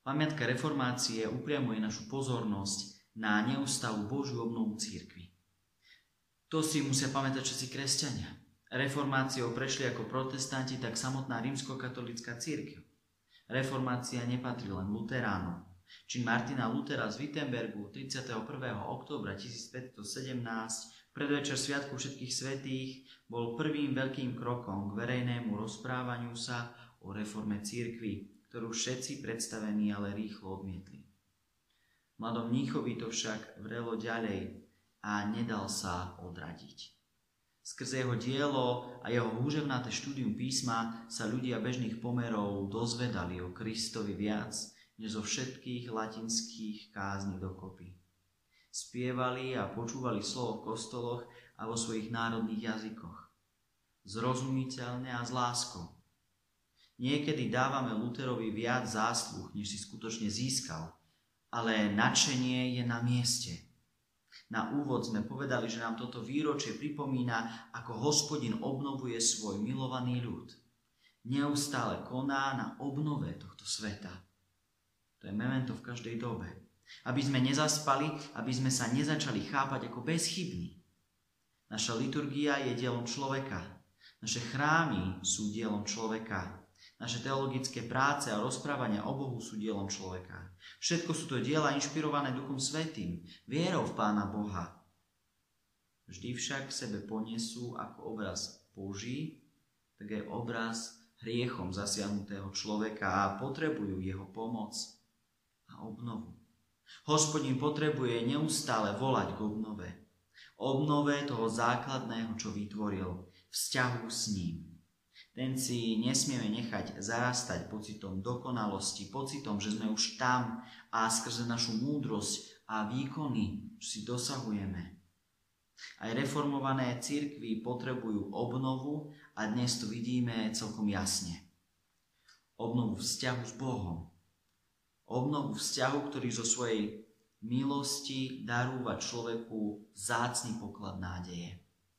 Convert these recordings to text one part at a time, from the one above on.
Pamiatka reformácie upriamuje našu pozornosť na neustálu Božiu obnovu cirkvi. To si musia pamätať všetci kresťania. Reformáciou prešli ako protestanti, tak samotná rímskokatolícka cirkev. Reformácia nepatrí len luteránom. Čin Martina Lutera z Wittenbergu 31. októbra 1517, predvečer Sviatku všetkých svätých, bol prvým veľkým krokom k verejnému rozprávaniu sa o reforme cirkvi, ktorú všetci predstavení ale rýchlo odmietli. Mladom mníchovi to však vrelo ďalej a nedal sa odradiť. Skrze jeho dielo a jeho húževnaté štúdium písma sa ľudia bežných pomerov dozvedali o Kristovi viac, než zo všetkých latinských kázni dokopy. Spievali a počúvali slovo v kostoloch a vo svojich národných jazykoch. Zrozumiteľne a s láskou. Niekedy dávame Luterovi viac zásluh, než si skutočne získal, ale nadšenie je na mieste. Na úvod sme povedali, že nám toto výročie pripomína, ako Hospodin obnovuje svoj milovaný ľud. Neustále koná na obnove tohto sveta. To je memento v každej dobe. Aby sme nezaspali, aby sme sa nezačali chápať ako bezchybní. Naša liturgia je dielom človeka. Naše chrámy sú dielom človeka. Naše teologické práce a rozprávania o Bohu sú dielom človeka. Všetko sú to diela inšpirované Duchom Svätým, vierou v Pána Boha. Vždy však v sebe ponesú ako obraz Boží, tak aj obraz hriechom zasiahnutého človeka a potrebujú jeho pomoc a obnovu. Hospodin potrebuje neustále volať k obnove. Obnove toho základného, čo vytvoril, vzťahu s ním. Ten si nesmieme nechať zarastať pocitom dokonalosti, pocitom, že sme už tam a skrze našu múdrosť a výkony si dosahujeme. Aj reformované cirkvi potrebujú obnovu a dnes to vidíme celkom jasne. Obnovu vzťahu s Bohom. Obnovu vzťahu, ktorý zo svojej milosti darúva človeku vzácny poklad nádeje.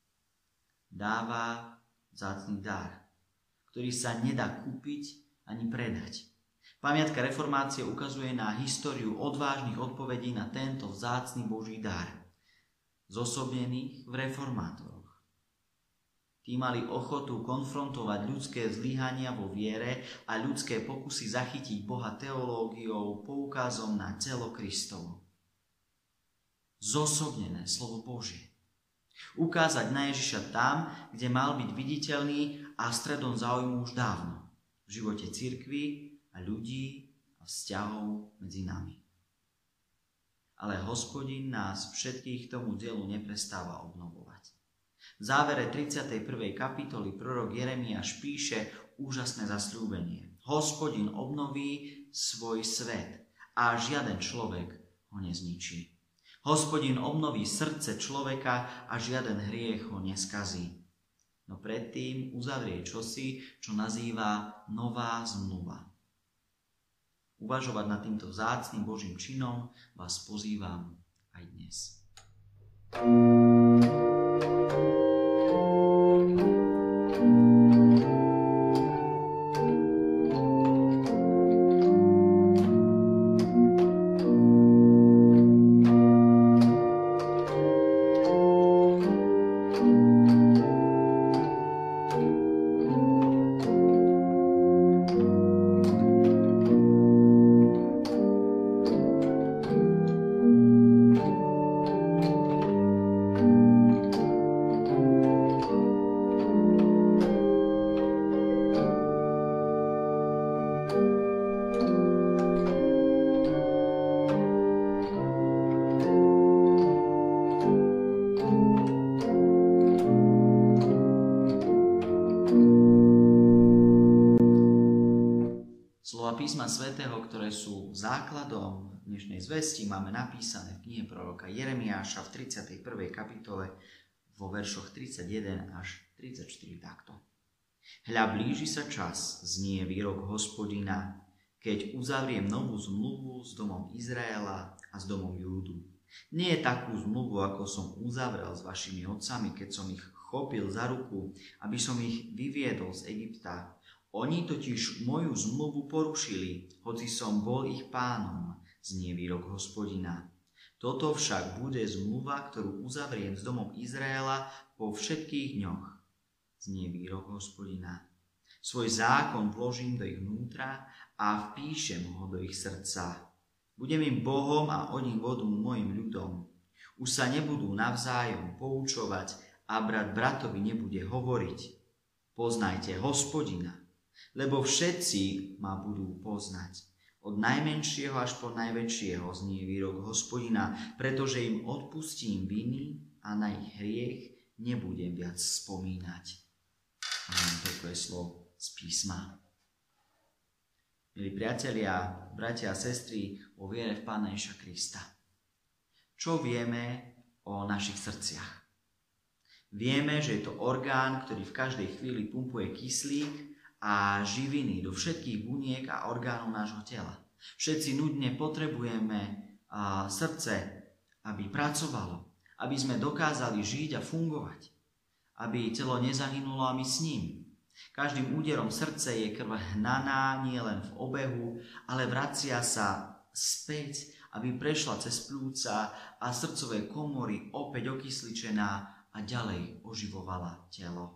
Dáva vzácny dar, ktorý sa nedá kúpiť ani predať. Pamiatka reformácie ukazuje na históriu odvážnych odpovedí na tento vzácny Boží dar, zosobnených v reformátoroch. Tí mali ochotu konfrontovať ľudské zlyhania vo viere a ľudské pokusy zachytiť Boha teológiou, poukazom na telo Kristovo. Zosobnené slovo Božie. Ukázať na Ježiša tam, kde mal byť viditeľný a stredom záujmu už dávno. V živote cirkvi a ľudí a vzťahov medzi nami. Ale Hospodin nás všetkých tomu dielu neprestáva obnovovať. V závere 31. kapitoly prorok Jeremiáš píše úžasné zasľúbenie. Hospodin obnoví svoj svet a žiaden človek ho nezničí. Hospodin obnoví srdce človeka a žiaden hriech ho neskazí. No predtým uzavrie čosi, čo nazýva nová zmluva. Uvažovať nad týmto vzácnym Božím činom vás pozývam aj dnes. Písma svätého, ktoré sú základom dnešnej zvesti, máme napísané v knihe proroka Jeremiáša v 31. kapitole vo veršoch 31 až 34 takto. Hľa blíži sa čas, znie výrok Hospodina, keď uzavriem novú zmluvu s domom Izraela a s domom Júdu. Nie je takú zmluvu, ako som uzavrel s vašimi otcami, keď som ich chopil za ruku, aby som ich vyviedol z Egypta. Oni totiž moju zmluvu porušili, hoci som bol ich pánom, znie výrok Hospodina. Toto však bude zmluva, ktorú uzavriem s domom Izraela po všetkých dňoch, znie výrok Hospodina. Svoj zákon vložím do ich vnútra a vpíšem ho do ich srdca. Budem im Bohom a oni budú môjim ľudom. Už sa nebudú navzájom poučovať a brat bratovi nebude hovoriť: Poznajte Hospodina, lebo všetci ma budú poznať. Od najmenšieho až po najväčšieho, znie výrok Hospodina, pretože im odpustím viny a na ich hriech nebudem viac spomínať. Amen. Toto je slovo z písma. Milí priatelia, bratia a sestry vo viere v Pána Ježiša Krista. Čo vieme o našich srdciach? Vieme, že je to orgán, ktorý v každej chvíli pumpuje kyslík a živiny do všetkých buniek a orgánov nášho tela. Všetci nudne potrebujeme srdce, aby pracovalo, aby sme dokázali žiť a fungovať, aby telo nezahynulo a my s ním. Každým úderom srdce je krv hnaná nie len v obehu, ale vracia sa späť, aby prešla cez pľúca a srdcové komory opäť okysličená a ďalej oživovala telo.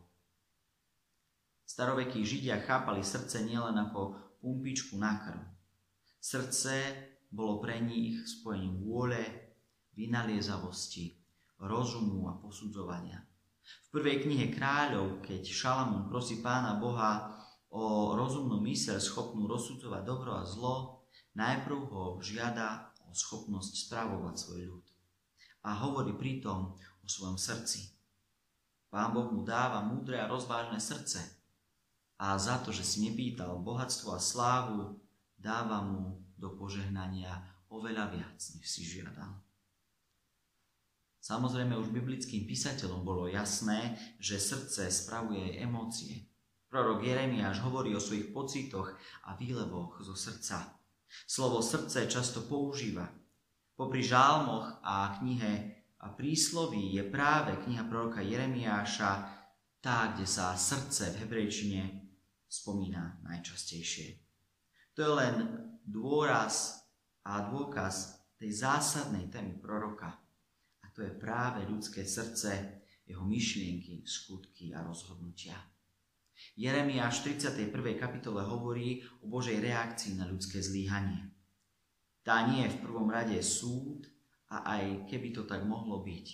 Starovekí Židia chápali srdce nielen ako pumpičku na krv. Srdce bolo pre nich spojením vôle, vynaliezavosti, rozumu a posudzovania. V prvej knihe Kráľov, keď Šalamún prosí Pána Boha o rozumnú myseľ schopnú rozsudzovať dobro a zlo, najprv ho žiada o schopnosť správovať svoj ľud. A hovorí pritom o svojom srdci. Pán Boh mu dáva múdre a rozvážne srdce, a za to, že si nepýtal bohatstvo a slávu, dáva mu do požehnania oveľa viac, než si žiadal. Samozrejme, už biblickým písateľom bolo jasné, že srdce spravuje aj emócie. Prorok Jeremiáš hovorí o svojich pocitoch a výlevoch zo srdca. Slovo srdce často používa. Popri žálmoch a knihe a prísloví je práve kniha proroka Jeremiáša tá, kde sa srdce v hebrejčine spomína najčastejšie. To je len dôraz a dôkaz tej zásadnej témy proroka. A to je práve ľudské srdce, jeho myšlienky, skutky a rozhodnutia. Jeremiáš v 31. kapitole hovorí o Božej reakcii na ľudské zlyhanie. Tá nie je v prvom rade súd, a aj keby to tak mohlo byť.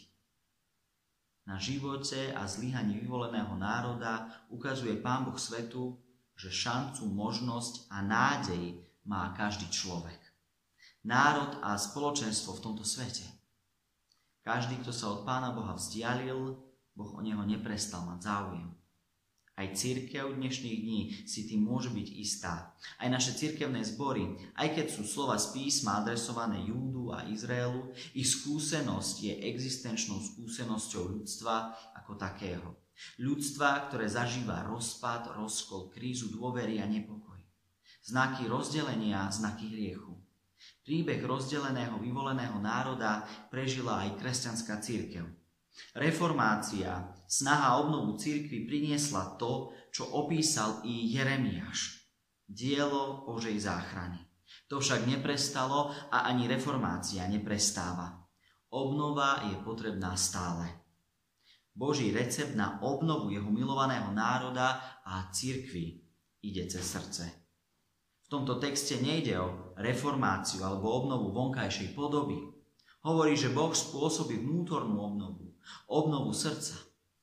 Na živote a zlyhaní vyvoleného národa ukazuje Pán Boh svetu, že šancu, možnosť a nádej má každý človek. Národ a spoločenstvo v tomto svete. Každý, kto sa od Pána Boha vzdialil, Boh o neho neprestal mať záujem. Aj cirkev dnešných dní si tým môže byť istá. Aj naše cirkevné zbory, aj keď sú slova z písma adresované Júdu a Izraelu, ich skúsenosť je existenčnou skúsenosťou ľudstva ako takého. Ľudstva, ktoré zažíva rozpad, rozkol, krízu dôvery a nepokoj. Znaky rozdelenia, znaky hriechu. Príbeh rozdeleného, vyvoleného národa prežila aj kresťanská cirkev. Reformácia, snaha o obnovu cirkvi priniesla to, čo opísal i Jeremiáš. Dielo Božej záchrany. To však neprestalo a ani reformácia neprestáva. Obnova je potrebná stále. Boží recept na obnovu jeho milovaného národa a cirkvi ide cez srdce. V tomto texte nejde o reformáciu alebo obnovu vonkajšej podoby. Hovorí, že Boh spôsobí vnútornú obnovu srdca.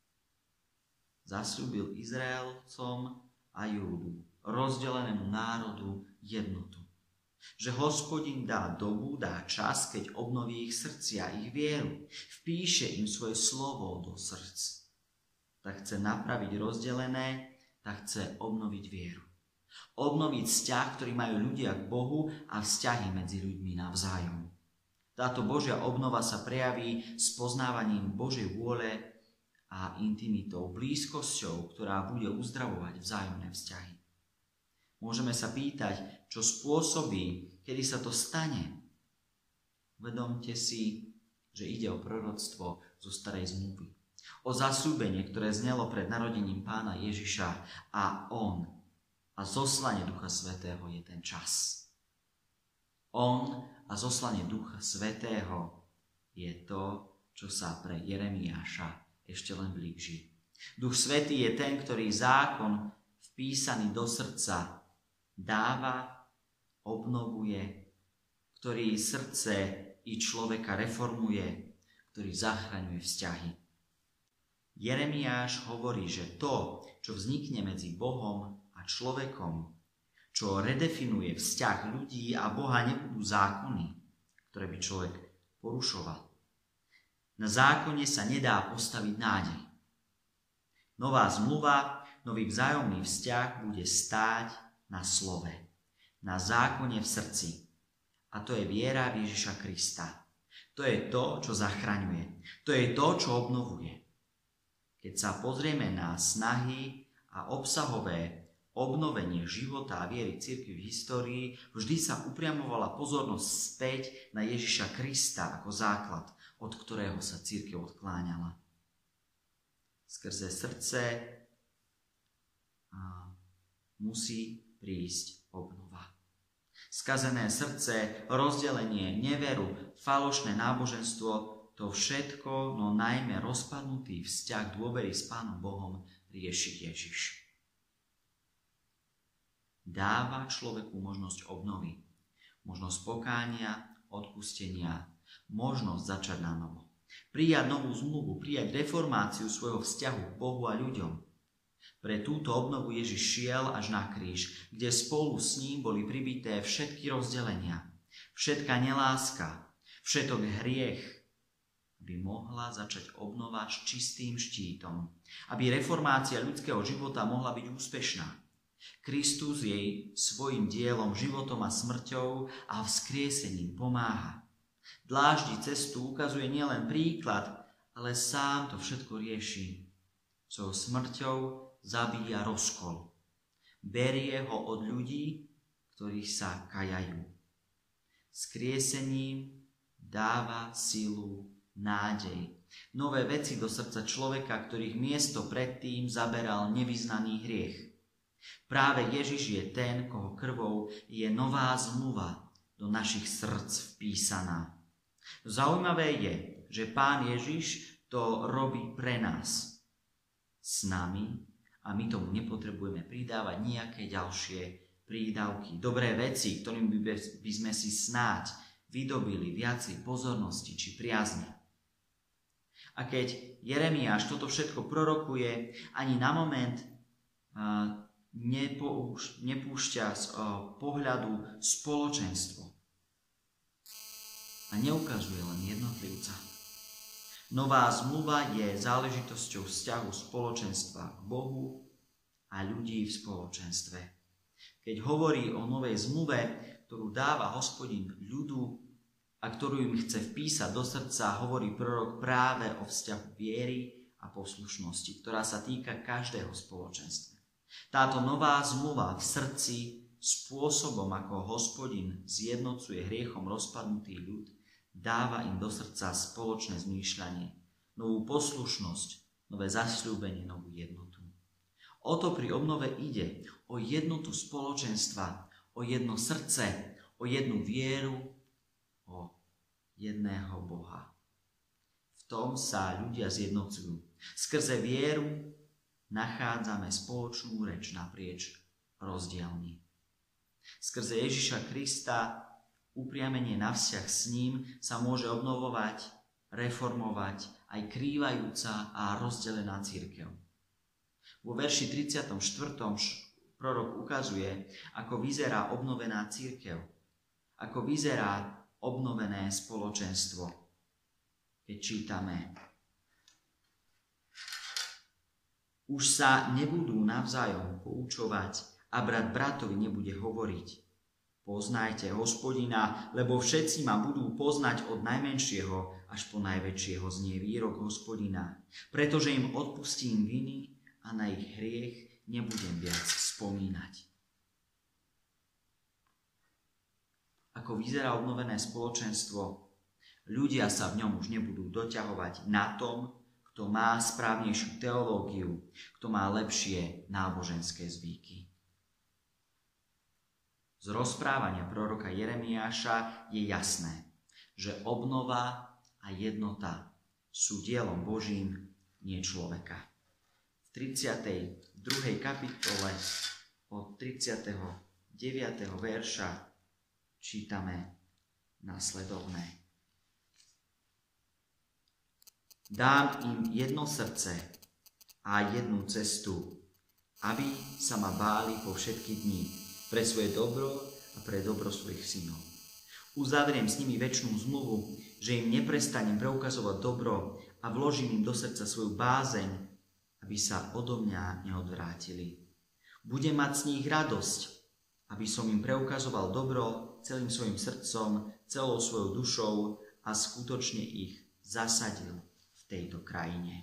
Zasľúbil Izraelcom a Júdu, rozdelenému národu, jednotu. Že Hospodin dá dobu, dá čas, keď obnoví ich srdcia, ich vieru, vpíše im svoje slovo do srdc. Tak chce napraviť rozdelené, tak chce obnoviť vieru. Obnoviť vzťah, ktorý majú ľudia k Bohu a vzťahy medzi ľuďmi navzájom. Táto Božia obnova sa prejaví spoznávaním Božej vôle a intimitou, blízkosťou, ktorá bude uzdravovať vzájomné vzťahy. Môžeme sa pýtať, čo spôsobí, kedy sa to stane. Uvedomte si, že ide o proroctvo zo starej zmluvy. O zasľúbenie, ktoré znelo pred narodením Pána Ježiša a on, a zoslanie Ducha Svätého je ten čas. On a zoslanie Ducha Svätého je to, čo sa pre Jeremiáša ešte len blíži. Duch Svätý je ten, ktorý zákon vpísaný do srdca dáva, obnovuje, ktorý srdce i človeka reformuje, ktorý zachraňuje vzťahy. Jeremiáš hovorí, že to, čo vznikne medzi Bohom a človekom, čo redefinuje vzťah ľudí a Boha, nebudú zákony, ktoré by človek porušoval. Na zákone sa nedá postaviť nádej. Nová zmluva, nový vzájomný vzťah bude stáť na slove, na zákone v srdci. A to je viera v Ježiša Krista. To je to, čo zachraňuje. To je to, čo obnovuje. Keď sa pozrieme na snahy a obsahové obnovenie života a viery cirkvi v histórii, vždy sa upriamovala pozornosť späť na Ježiša Krista ako základ, od ktorého sa cirkev odkláňala. Skrze srdce musí prísť obnova. Skazené srdce, rozdelenie, neveru, falošné náboženstvo, to všetko, no najmä rozpadnutý vzťah dôvery s Pánom Bohom rieši Ježiš. Dáva človeku možnosť obnovy, možnosť pokánia, odpustenia, možnosť začať na novo. Prijať novú zmluvu, prijať reformáciu svojho vzťahu k Bohu a ľuďom. Pre túto obnovu Ježiš šiel až na kríž, kde spolu s ním boli pribité všetky rozdelenia, všetká neláska, všetok hriech, aby mohla začať obnova s čistým štítom, aby reformácia ľudského života mohla byť úspešná. Kristus jej svojim dielom, životom a smrťou a vzkriesením pomáha. Dláždi cestu, ukazuje nielen príklad, ale sám to všetko rieši. Svojou smrťou zabíja rozkol. Berie ho od ľudí, ktorých sa kajajú. Vzkriesením dáva silu, nádej, nové veci do srdca človeka, ktorých miesto predtým zaberal nevyznaný hriech. Práve Ježiš je ten, koho krvou je nová zmluva do našich srdc vpísaná. Zaujímavé je, že Pán Ježiš to robí pre nás, s nami, a my tomu nepotrebujeme pridávať nejaké ďalšie prídavky, dobré veci, ktorým by sme si snáď vydobili viacej pozornosti či priazne. A keď Jeremiáš toto všetko prorokuje, ani na moment nepúšťa z pohľadu spoločenstvo a neukazuje len jednotlivca. Nová zmluva je záležitosťou vzťahu spoločenstva k Bohu a ľudí v spoločenstve. Keď hovorí o novej zmluve, ktorú dáva Hospodin ľudu a ktorú im chce vpísať do srdca, hovorí prorok práve o vzťahu viery a poslušnosti, ktorá sa týka každého spoločenstva. Táto nová zmluva v srdci spôsobom, ako Hospodin zjednocuje hriechom rozpadnutý ľud, dáva im do srdca spoločné zmýšľanie, novú poslušnosť, nové zasľúbenie, novú jednotu. O to pri obnove ide, o jednotu spoločenstva, o jedno srdce, o jednu vieru, o jedného Boha. V tom sa ľudia zjednocujú. Skrze vieru nachádzame spoločnú reč naprieč rozdielmi. Skrze Ježiša Krista upriamenie na vzťah s ním sa môže obnovovať, reformovať aj krývajúca a rozdelená cirkev. Vo verši 34. prorok ukazuje, ako vyzerá obnovená cirkev, ako vyzerá obnovené spoločenstvo. Keď čítame: Už sa nebudú navzájom poučovať a brat bratovi nebude hovoriť: Poznajte Hospodina, lebo všetci ma budú poznať od najmenšieho až po najväčšieho, znie výrok Hospodina, pretože im odpustím viny a na ich hriech nebudem viac spomínať. Ako vyzerá obnovené spoločenstvo, ľudia sa v ňom už nebudú doťahovať na tom, kto má správnejšiu teológiu, kto má lepšie náboženské zvyky. Z rozprávania proroka Jeremiáša je jasné, že obnova a jednota sú dielom Božím, nie človeka. V 32. kapitole od 39. verša čítame nasledovné. Dám im jedno srdce a jednu cestu, aby sa ma báli po všetky dni, pre svoje dobro a pre dobro svojich synov. Uzavriem s nimi večnú zmluvu, že im neprestanem preukazovať dobro a vložím im do srdca svoju bázeň, aby sa odo mňa neodvrátili. Budem mať z nich radosť, aby som im preukazoval dobro celým svojim srdcom, celou svojou dušou a skutočne ich zasadil v tejto krajine.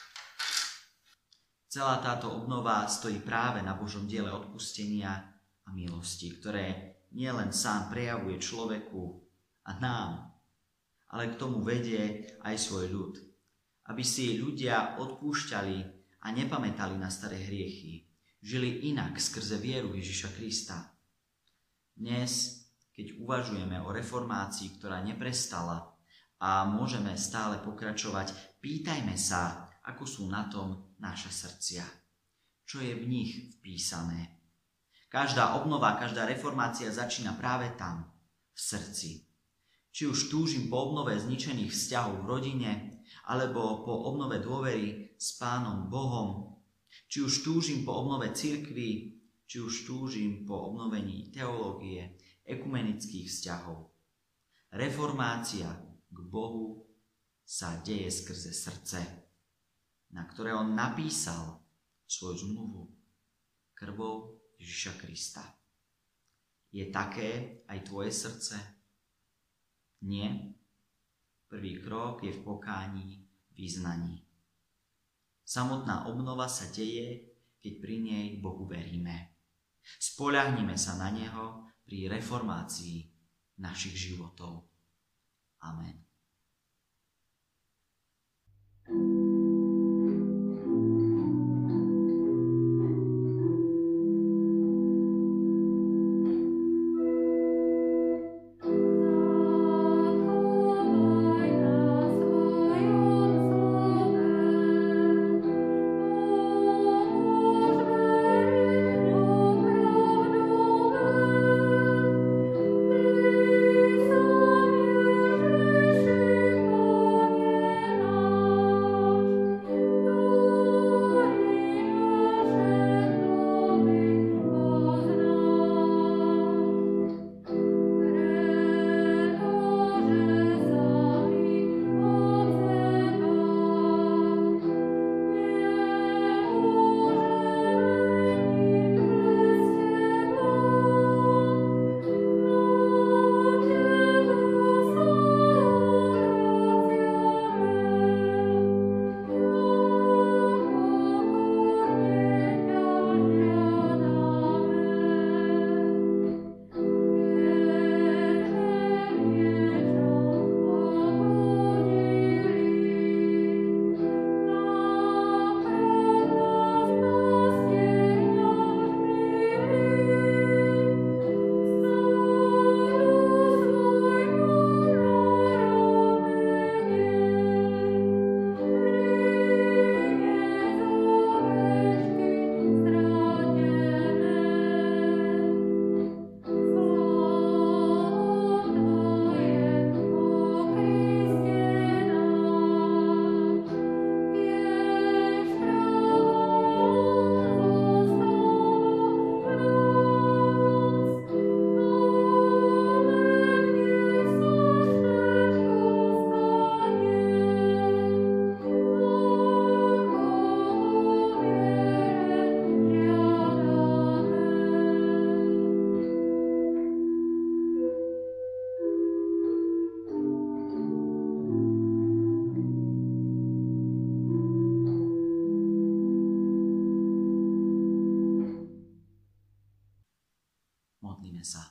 Celá táto obnova stojí práve na Božom diele odpustenia a milosti, ktoré nielen sám prejavuje človeku a nám, ale k tomu vedie aj svoj ľud, aby si ľudia odpúšťali a nepamätali na staré hriechy, žili inak skrze vieru Ježiša Krista. Dnes, keď uvažujeme o reformácii, ktorá neprestala a môžeme stále pokračovať, pýtajme sa, ako sú na tom naše srdcia. Čo je v nich vpísané? Každá obnova, každá reformácia začína práve tam, v srdci. Či už túžim po obnove zničených vzťahov v rodine, alebo po obnove dôvery s Pánom Bohom, či už túžim po obnove cirkvi, či už túžim po obnovení teológie, ekumenických vzťahov. Reformácia k Bohu sa deje skrze srdce, na ktoré on napísal svoju zmluvu krvou Ježiša Krista. Je také aj tvoje srdce? Nie? Prvý krok je v pokání, vyznaní. Samotná obnova sa deje, keď pri nej Bohu veríme. Spoľahnime sa na Neho pri reformácii našich životov. Amen. Modlíme sa.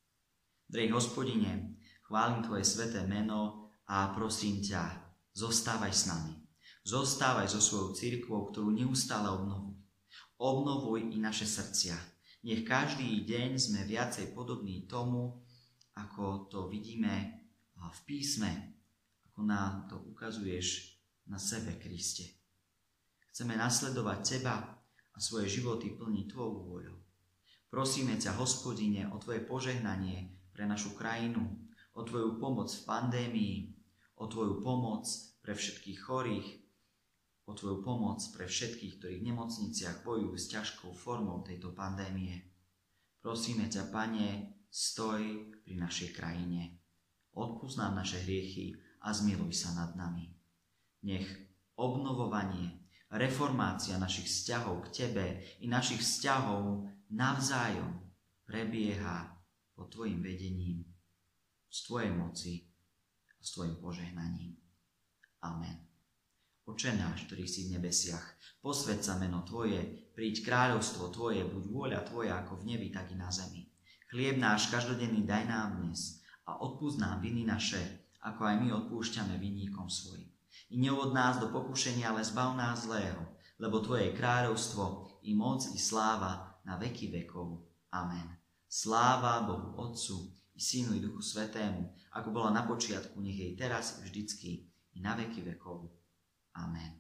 Drahý Hospodine, chválim Tvoje sväté meno a prosím ťa, zostávaj s nami. Zostávaj so svojou cirkvou, ktorú neustále obnovuj. Obnovuj i naše srdcia. Nech každý deň sme viacej podobní tomu, ako to vidíme v písme, ako nám to ukazuješ na sebe, Kriste. Chceme nasledovať Teba a svoje životy plniť Tvojou vôľou. Prosíme ťa, Hospodine, o Tvoje požehnanie pre našu krajinu, o Tvoju pomoc v pandémii, o Tvoju pomoc pre všetkých chorých, o Tvoju pomoc pre všetkých, ktorí v nemocniciach bojujú s ťažkou formou tejto pandémie. Prosíme ťa, Pane, stoj pri našej krajine. Odpusť nám naše hriechy a zmiluj sa nad nami. Nech obnovovanie, reformácia našich vzťahov k Tebe i našich vzťahov navzájom prebieha pod Tvojim vedením, z Tvojej moci a s Tvojim požehnaním. Amen. Oče náš, ktorý si v nebesiach, posväť sa meno Tvoje, príď kráľovstvo Tvoje, buď vôľa Tvoja ako v nebi, tak i na zemi. Chlieb náš každodenný daj nám dnes a odpusť nám viny naše, ako aj my odpúšťame vinníkom svojim. I neuvod nás do pokušenia, ale zbav nás zlého, lebo Tvoje je kráľovstvo, i moc, i sláva na veky vekov. Amen. Sláva Bohu Otcu, i Synu, i Duchu Svätému, ako bola na počiatku, nech jej teraz i vždycky, i na veky vekov. Amen.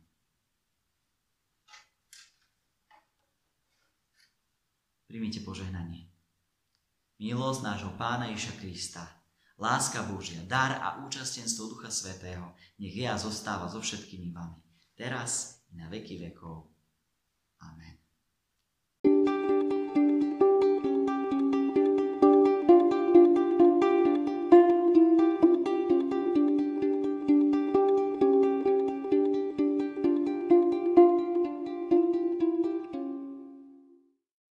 Príjmite požehnanie. Milosť nášho Pána Ježiša Krista, láska Božia, dar a účastenstvo Ducha Svätého nech je a zostáva so všetkými vami, teraz i na veky vekov. Amen.